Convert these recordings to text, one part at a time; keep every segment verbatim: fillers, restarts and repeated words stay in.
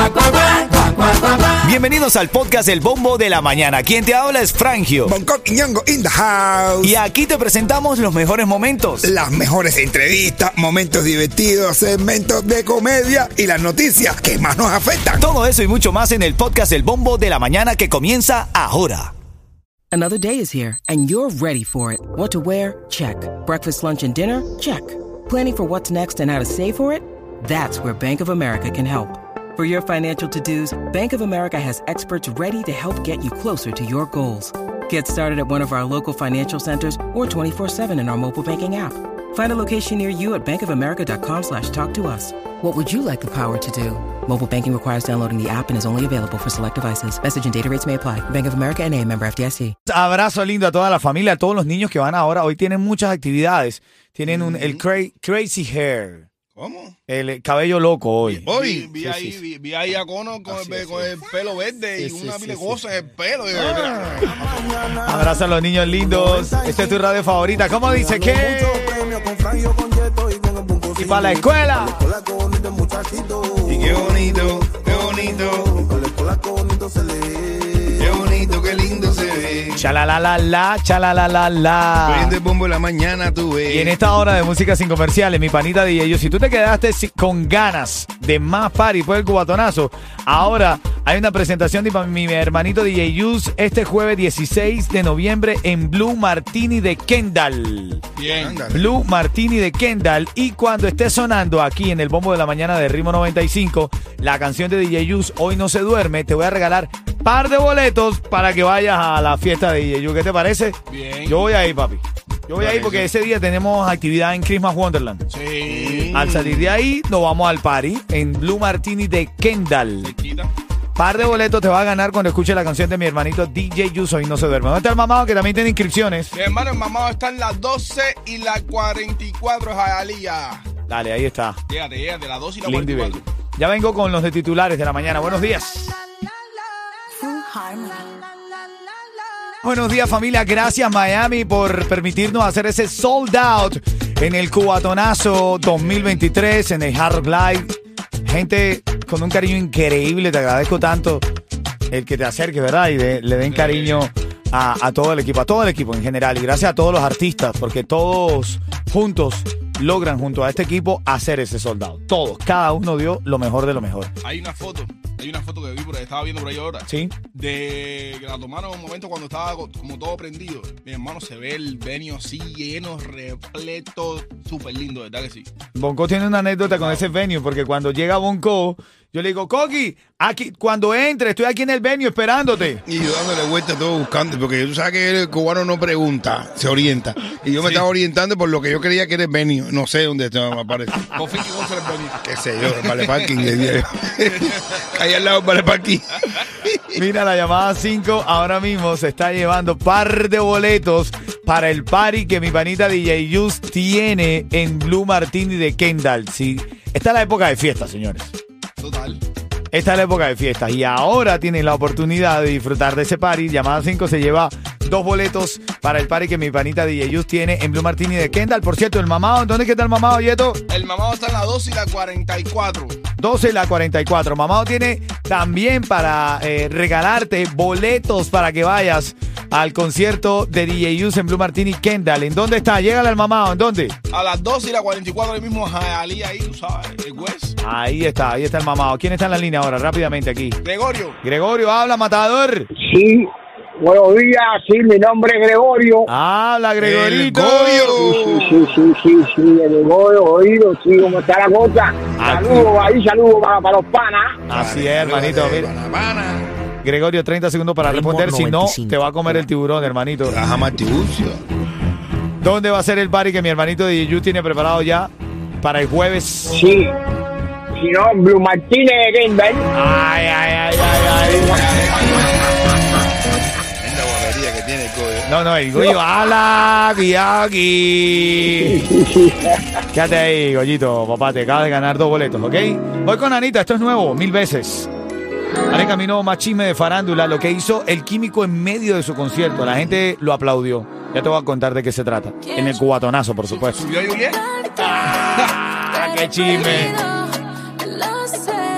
Bienvenidos al podcast El Bombo de la Mañana. Quien te habla es Frangio. Bonco y Ñongo in the house. Y aquí te presentamos los mejores momentos. Las mejores entrevistas, momentos divertidos, segmentos de comedia y las noticias que más nos afectan. Todo eso y mucho más en el podcast El Bombo de la Mañana que comienza ahora. Another day is here and you're ready for it. What to wear? Check. Breakfast, lunch, and dinner? Check. Planning for what's next and how to save for it? That's where Bank of America can help. For your financial to-dos, Bank of America has experts ready to help get you closer to your goals. Get started at one of our local financial centers or twenty-four seven in our mobile banking app. Find a location near you at bankofamerica.com slash talk to us. What would you like the power to do? Mobile banking requires downloading the app and is only available for select devices. Message and data rates may apply. Bank of America N A, member F D I C. Abrazo lindo a toda la familia, a todos los niños que van ahora. Hoy tienen muchas actividades. Tienen un, el cra- crazy hair. ¿Cómo? El cabello loco hoy. Hoy Sí, vi, sí, ahí, sí. Vi, vi ahí a Cono con, el, es, con sí. el pelo verde Sí, y sí, una sí, pila de sí, cosas en el pelo. Abrazo a los niños lindos. Esta es tu radio favorita. ¿Cómo dice qué? Y para la escuela. Y qué bonito, qué bonito. Qué bonito, qué lindo se ve. Chalalalala, chalalalala. Prende el bombo en la mañana, tú ves. Y en esta hora de música sin comerciales, mi panita D J, si tú te quedaste si- con ganas de más party por el cubatonazo, ahora hay una presentación de mi hermanito D J Yus este jueves dieciséis de noviembre en Blue Martini de Kendall. Bien. Ándale. Blue Martini de Kendall. Y cuando esté sonando aquí en el Bombo de la Mañana de Ritmo noventa y cinco, la canción de D J Yus, Hoy no se duerme, te voy a regalar par de boletos para que vayas a la fiesta de D J Yus. ¿Qué te parece? Bien. Yo voy ahí, papi. Yo voy ahí porque ese día tenemos actividad en Christmas Wonderland. Sí. Al salir de ahí, nos vamos al party en Blue Martini de Kendall. Quita. Par de boletos te va a ganar cuando escuches la canción de mi hermanito D J Yus, Hoy no se duerme. ¿Dónde está el mamado que también tiene inscripciones? Mi hermano, el mamado está en las doce y las cuarenta y cuatro, Jayalía. Dale, ahí está. Llegate, llegate, las doce y las Lindo cuarenta y y bello. cuatro. Ya vengo con los de titulares de la mañana. Buenos días. Buenos días, familia. Gracias, Miami, por permitirnos hacer ese sold out en el Cubatonazo dos mil veintitrés, en el Hard Rock Live. Gente con un cariño increíble. Te agradezco tanto el que te acerques, ¿verdad? Y de- le den cariño a, a todo el equipo, a todo el equipo en general. Y gracias a todos los artistas, porque todos juntos logran junto a este equipo hacer ese sold out. Todos, cada uno dio lo mejor de lo mejor. Hay una foto, hay una foto que vi por ahí, estaba viendo por ahí ahora. ¿Sí? De que la tomaron en un momento cuando estaba co- como todo prendido. Mi hermano, se ve el venue así lleno, repleto, súper lindo, ¿verdad que sí? Bonco tiene una anécdota con ese venue, porque cuando llega Bonco, yo le digo, Coqui, aquí, cuando entre, estoy aquí en el venue esperándote. Y yo dándole vuelta todo buscando, porque tú sabes que el cubano no pregunta, se orienta. Y yo me Sí. estaba orientando por lo que yo creía que era el venue. No sé dónde me aparece. Confío que vos eres el venue. Qué sé yo, el Vale Parking de diez. Ahí al lado del Vale Parking. Mira, la llamada cinco ahora mismo se está llevando par de boletos para el party que mi panita D J Yus tiene en Blue Martini de Kendall. Sí, esta es la época de fiesta, señores. Total. Esta es la época de fiestas y ahora tienes la oportunidad de disfrutar de ese party. Llamada cinco se lleva dos boletos para el party que mi panita D J Yus tiene en Blue Martini de Kendall. Por cierto, el mamado, ¿dónde es que está el mamado, Yeto? El mamado está en la doce y la cuarenta y cuatro. doce y la cuarenta y cuatro. Mamado tiene también para eh, regalarte boletos para que vayas al concierto de D J Yus en Blue Martini Kendall. ¿En dónde está? Llégale al mamado. ¿En dónde? A las doce y la cuarenta y cuatro, el mismo Jalí ahí, tú sabes, el West. Ahí está, ahí está el mamado. ¿Quién está en la línea ahora? Rápidamente aquí. Gregorio. Gregorio, habla, matador. Sí, buenos días, sí, mi nombre es Gregorio. Habla, Gregorito. Gregorio. Sí, sí, sí, sí, sí, Gregorio, oído, sí, ¿cómo está la cosa? Aquí. Saludos ahí, saludos para, para los panas. Así es, hermanito. Mira. Panamana. Gregorio, treinta segundos para Ritmo responder. Si no, noventa y cinco. te va a comer el tiburón, hermanito. Raja Martibucio. ¿Dónde va a ser el party que mi hermanito D J Yus tiene preparado ya para el jueves? Sí, si no, Blue Martínez de Kendall. Ay, ay, ay, ay, ay. Esta bobería que tiene el codo. No, no, el Goyo, ala, aquí. Quédate ahí, Goyito, papá, te acabas de ganar dos boletos, ¿ok? Voy con Anita, esto es nuevo, mil veces. Ahora caminó más chisme de farándula, lo que hizo el Químico en medio de su concierto. La gente lo aplaudió. Ya te voy a contar de qué se trata. En el cubatonazo, por supuesto. ¿Subió a Juliet? ¡Ah, qué chisme!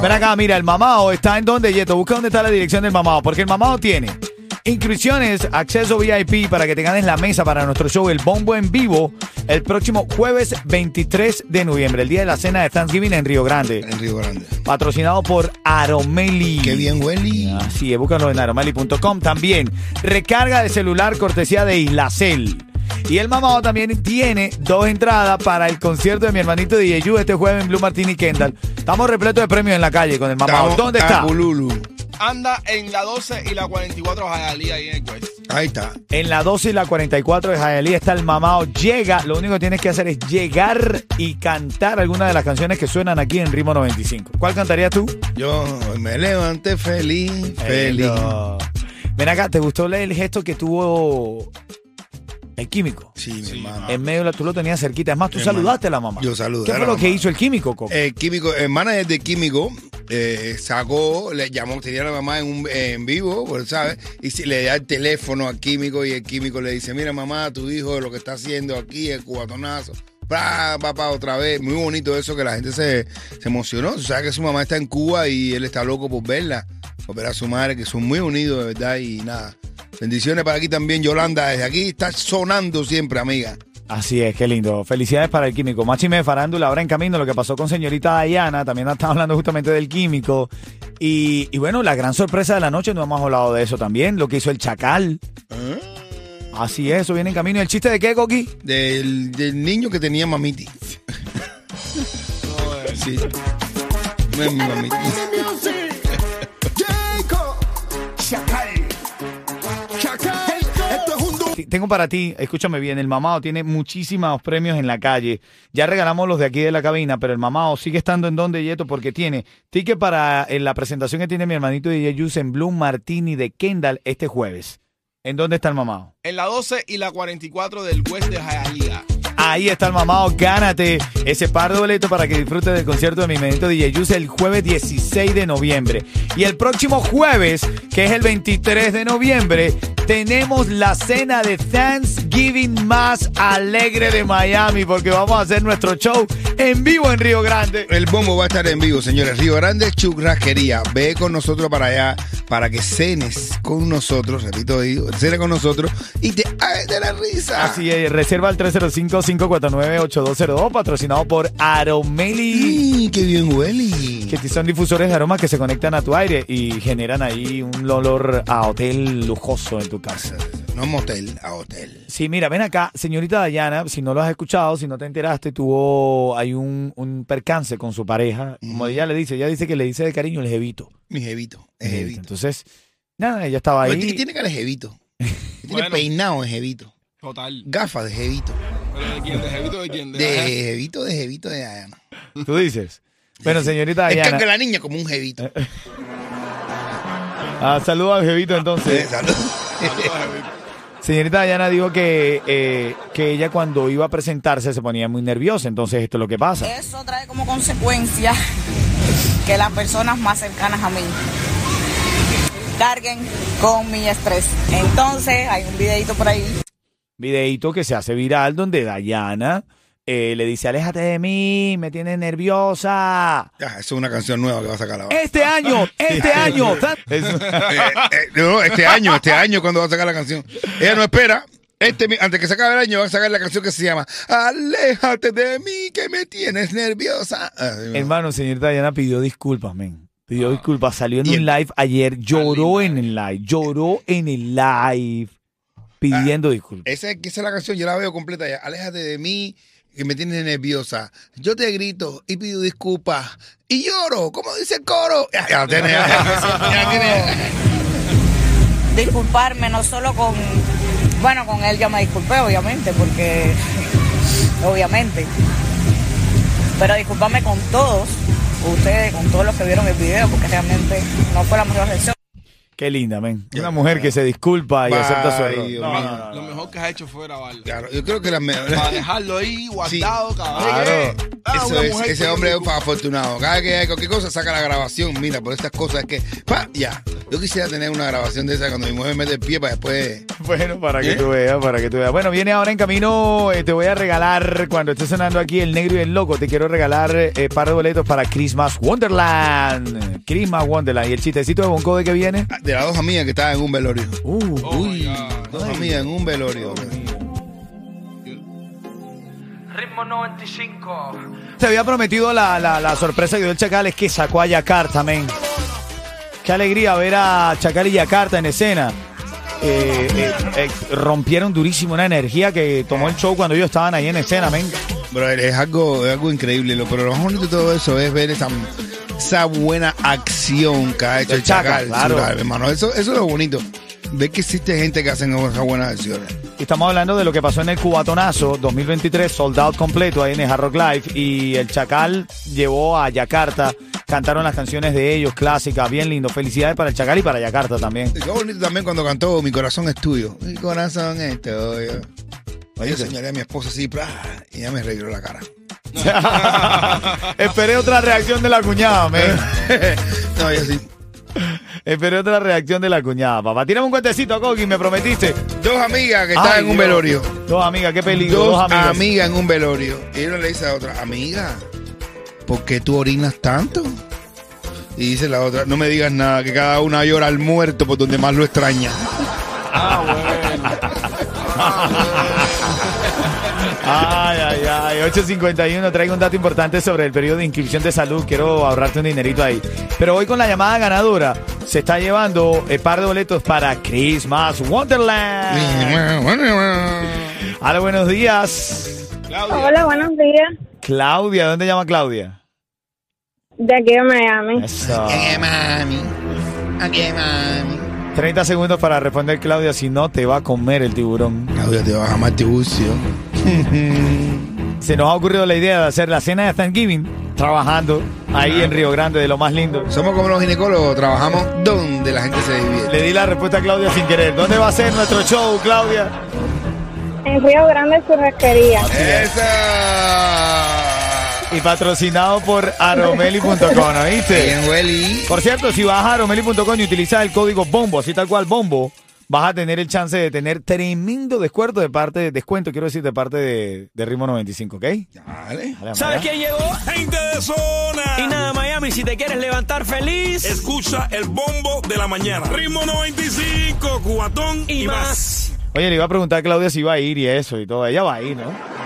Ven acá, mira, el mamado está en donde, Yeto. Busca dónde está la dirección del mamado. Porque el mamado tiene inscripciones, acceso V I P para que te ganes la mesa para nuestro show El Bombo en Vivo el próximo jueves veintitrés de noviembre, el día de la cena de Thanksgiving en Río Grande. En Río Grande. Patrocinado por Aromeli. Qué bien, Welly. Así es, búscalo en aromeli punto com. También, recarga de celular cortesía de Islacel. Y el mamado también tiene dos entradas para el concierto de mi hermanito D J Yu este jueves en Blue Martini Kendall. Estamos repletos de premios en la calle con el mamado. Estamos ¿Dónde está? Bululu. Anda en la doce y la cuarenta y cuatro Hialeah ahí en el West. Ahí está. En la doce y la cuarenta y cuatro de Hialeah está el mamado. Llega, lo único que tienes que hacer es llegar y cantar alguna de las canciones que suenan aquí en Ritmo noventa y cinco. ¿Cuál cantarías tú? Yo me levanté feliz, feliz. Hello. Ven acá, ¿te gustó el gesto que tuvo el químico? Sí, mi Sí. hermano. En medio, de la- tú lo tenías cerquita. Es más, tú Hermano, saludaste a la mamá. yo saludé ¿Qué a fue la lo que mamá. hizo el químico, Coco? El químico, el manager de químico eh, sacó, le llamó, tenía a la mamá en, un, en vivo, pues, ¿sabes? Y si le da el teléfono al químico y el químico le dice, mira mamá, tu hijo lo que está haciendo aquí, el cubatonazo. Va para otra vez. Muy bonito eso que la gente se, se emocionó. Tú sabes que su mamá está en Cuba y él está loco por verla, por ver a su madre, que son muy unidos, de verdad. Y nada, bendiciones para aquí también, Yolanda. Desde aquí está sonando siempre, amiga. Así es, qué lindo. Felicidades para el químico. Más chisme de farándula ahora en camino. Lo que pasó con señorita Diana. También estamos hablando justamente del químico. Y, y bueno, la gran sorpresa de la noche, no hemos hablado de eso también. Lo que hizo el Chacal. Así es, eso viene en camino. ¿El chiste de qué, Coqui? Del, del niño que tenía mamiti. Sí. No es mi mamiti. Tengo para ti, escúchame bien, el mamado tiene muchísimos premios en la calle. Ya regalamos los de aquí de la cabina, pero el mamado sigue estando en donde, Yeto, porque tiene ticket para en la presentación que tiene mi hermanito D J Yus en Blue Martini de Kendall este jueves. ¿En dónde está el mamado? En la doce y la cuarenta y cuatro del West de Hialeah. Ahí está el mamado, gánate ese par de boletos para que disfrutes del concierto de mi hermanito D J Yus el jueves dieciséis de noviembre. Y el próximo jueves, que es el veintitrés de noviembre, tenemos la cena de Thanksgiving más alegre de Miami, porque vamos a hacer nuestro show en vivo en Río Grande. El bombo va a estar en vivo, señores. Río Grande Churrasquería. Ve con nosotros para allá para que cenes con nosotros. Repito, digo, cenes con nosotros y te hagas de la risa. Así es, reserva al tres cero cinco, cinco cuatro nueve, ocho dos cero dos, patrocinado por Aromeli. ¡Ay, qué bien huele! Que son difusores de aromas que se conectan a tu aire y generan ahí un olor a hotel lujoso en tu casa. No motel, a hotel. Sí, mira, ven acá, señorita Dayana, si no lo has escuchado, si no te enteraste, tuvo hay un, un percance con su pareja. Como ella le dice, ella dice que le dice de cariño el jevito. Mi jevito, es jevito. Entonces, nada, ella estaba Pero ahí. tiene, tiene cara de jevito. Tiene Bueno. peinado de jevito. Total. Gafas de jevito. ¿Pero de quién? ¿De Jevito o de quién? De jevito, de jevito de Diana. Tú dices. Bueno, señorita Es Dayana. que la niña como un jevito. Ah, saludos al jevito Eh, entonces. salud. Señorita Dayana dijo que, eh, que ella cuando iba a presentarse se ponía muy nerviosa, entonces esto es lo que pasa. Eso trae como consecuencia que las personas más cercanas a mí carguen con mi estrés. Entonces hay un videito por ahí. Videíto que se hace viral donde Dayana eh, le dice, aléjate de mí, me tienes nerviosa. Ah, eso es una canción nueva que va a sacar la Este año, este año. Es- Eh, eh, no, este año, este año cuando va a sacar la canción. Ella no espera. Este, mi- antes que se acabe el año va a sacar la canción que se llama Aléjate de mí que me tienes nerviosa. Ah, sí, Hermano, señorita Dayana pidió disculpas, men. Pidió disculpas, salió en Y un el- live ayer, lloró en el live, lloró en el live pidiendo disculpas. Esa, esa es la canción, yo la veo completa ya. Aléjate de mí que me tienes nerviosa. Yo te grito y pido disculpas y lloro, como dice el coro. Ya, ya tiene, ya, ya tiene. Disculparme no solo con, bueno, con él ya me disculpé, obviamente, porque, obviamente, pero disculparme con todos ustedes, con todos los que vieron el video, porque realmente no fue la mejor reacción. Qué linda, men. Una mujer que se disculpa y Bye, acepta su error. Dios No, mío. no, no, Lo no. mejor que has hecho fue grabarlo. Claro, yo creo que las me- Para dejarlo ahí guardado cada vez. Claro. que- Ah, Eso una es, mujer ese que- hombre es afortunado. Cada vez que hay cualquier cosa, saca la grabación. Mira, por estas cosas es que, pa, ya. Yo quisiera tener una grabación de esa cuando mi mujer me mete el pie para después... Bueno, para que ¿Eh? tú veas, para que tú veas. Bueno, viene ahora en camino, eh, te voy a regalar, cuando esté sonando aquí El Negro y el Loco, te quiero regalar eh, par de boletos para Christmas Wonderland. Christmas Wonderland. ¿Y el chistecito de Bonco de que viene? De las dos amigas que estaban en un velorio. Uh, Oh, Uy, my God. dos amigas en un velorio. Ritmo noventa y cinco. Te había prometido la, la, la sorpresa que dio el Chacal, es que sacó a Yakarta, men. Qué alegría ver a Chacal y Yakarta en escena. Eh, eh, eh, rompieron durísimo una energía que tomó el show cuando ellos estaban ahí en escena, men. Bro, es algo, es algo increíble, lo- pero lo más bonito de todo eso es ver esa, esa buena acción que ha hecho El el Chacal. Chacal, claro. Sí, hermano, eso, eso es lo bonito. Ver que existe gente que hace esas buenas acciones. Y estamos hablando de lo que pasó en el Cubatonazo dos mil veintitrés, sold out completo ahí en el Hard Rock Live. Y el Chacal llevó a Yakarta, cantaron las canciones de ellos, clásicas, bien lindo. Felicidades para el Chacal y para Yakarta también. Y qué bonito también cuando cantó Mi corazón es tuyo. Mi corazón es tuyo. Yo señalé a mi esposa así, ¡pra! Y ella me arregló la cara. Esperé otra reacción de la cuñada, men. No, yo sí. Esperé otra reacción de la cuñada, papá. Tírame un cuentecito, Coqui, me prometiste. Dos amigas que estaban Ay, en un Dios. velorio. Dos amigas, qué peligro. Dos, Dos, amigas. amigas en un velorio. Y una le dice a la otra, amiga, ¿por qué tú orinas tanto? Y dice la otra, no me digas nada, que cada una llora al muerto por donde más lo extraña. Ah, bueno. Ay, ay, ay. ocho cincuenta y uno, traigo un dato importante sobre el periodo de inscripción de salud. Quiero ahorrarte un dinerito ahí. Pero hoy con la llamada ganadora se está llevando el par de boletos para Christmas Wonderland. Hola, buenos días. Claudia. Hola, buenos días. Claudia, ¿dónde llama Claudia? De aquí de Miami. Eso. Aquí, mami. Aquí, mami. treinta segundos para responder, Claudia, si no te va a comer el tiburón. Claudia, te vas a amar Tiburcio. Se nos ha ocurrido la idea de hacer la cena de Thanksgiving trabajando ahí en Río Grande, de lo más lindo. Somos como los ginecólogos, trabajamos donde la gente se divierte. Le di la respuesta a Claudia sin querer. ¿Dónde va a ser nuestro show, Claudia? En Río Grande, Churrasquería. ¡Esa! Y patrocinado por aromeli punto com, ¿oíste? Bien, Welly. Por cierto, si vas a aromeli punto com y utilizas el código BOMBO, así tal cual BOMBO, vas a tener el chance de tener tremendo descuento de parte, descuento, quiero decir, de parte de, de Ritmo noventa y cinco, ¿ok? Dale. Dale, ¿Sabes Amaya. quién llegó? Gente de zona. Y nada, Miami, si te quieres levantar feliz Escucha el bombo de la mañana. Ritmo noventa y cinco, cubatón y, y, más. más. Oye, le iba a preguntar a Claudia si iba a ir y eso y todo. Ella va a ir, ¿no?